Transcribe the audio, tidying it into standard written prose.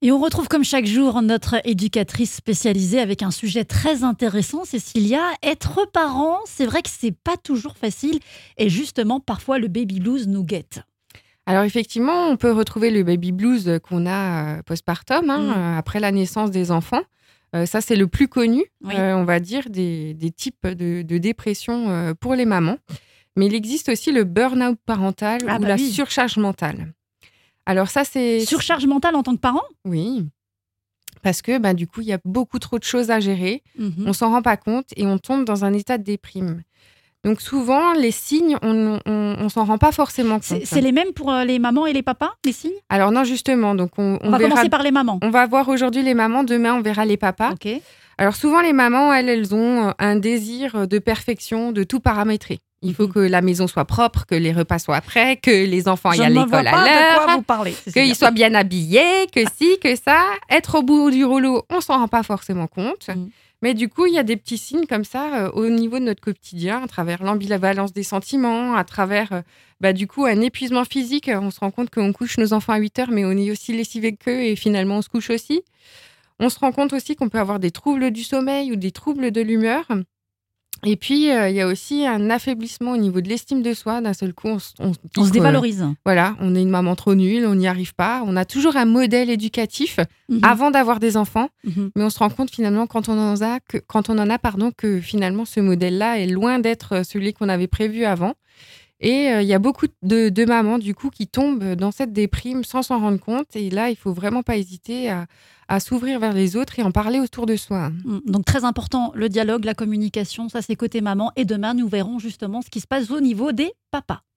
Et on retrouve comme chaque jour notre éducatrice spécialisée avec un sujet très intéressant, Cécilia. Être parent, c'est vrai que c'est pas toujours facile et justement parfois le baby blues nous guette. Alors effectivement, on peut retrouver le baby blues qu'on a postpartum, après la naissance des enfants. Ça, c'est le plus connu, Oui. on va dire, des types de dépression pour les mamans. Mais il existe aussi le burn-out parental ou la surcharge mentale. Alors ça, c'est... Surcharge mentale en tant que parent ? Oui, parce que du coup, il y a beaucoup trop de choses à gérer. Mhm. On s'en rend pas compte et on tombe dans un état de déprime. Donc souvent, les signes, on s'en rend pas forcément compte. C'est les mêmes pour les mamans et les papas, les signes ? Alors non, justement, donc on va verra... commencer par les mamans. On va voir aujourd'hui les mamans, demain on verra les papas. Ok. Alors souvent les mamans, elles ont un désir de perfection, de tout paramétrer. Il faut que la maison soit propre, que les repas soient prêts, que les enfants aillent à l'école à l'heure, de quoi vous parlez, qu'ils soient bien habillés, que ci, que ça. Être au bout du rouleau, on s'en rend pas forcément compte. Mais du coup, il y a des petits signes comme ça au niveau de notre quotidien, à travers l'ambivalence des sentiments, à travers du coup un épuisement physique. On se rend compte qu'on couche nos enfants à 8 heures, mais on est aussi lessivé qu'eux et finalement on se couche aussi. On se rend compte aussi qu'on peut avoir des troubles du sommeil ou des troubles de l'humeur. Et puis, il y a aussi un affaiblissement au niveau de l'estime de soi. D'un seul coup, on se dévalorise. Voilà, on est une maman trop nulle, on n'y arrive pas. On a toujours un modèle éducatif avant d'avoir des enfants. Mais on se rend compte finalement, quand on en a, que finalement, ce modèle-là est loin d'être celui qu'on avait prévu avant. Et il y a beaucoup de mamans, du coup, qui tombent dans cette déprime sans s'en rendre compte. Et là, il ne faut vraiment pas hésiter à s'ouvrir vers les autres et en parler autour de soi. Donc, très important, le dialogue, la communication, ça c'est côté maman. Et demain, nous verrons justement ce qui se passe au niveau des papas.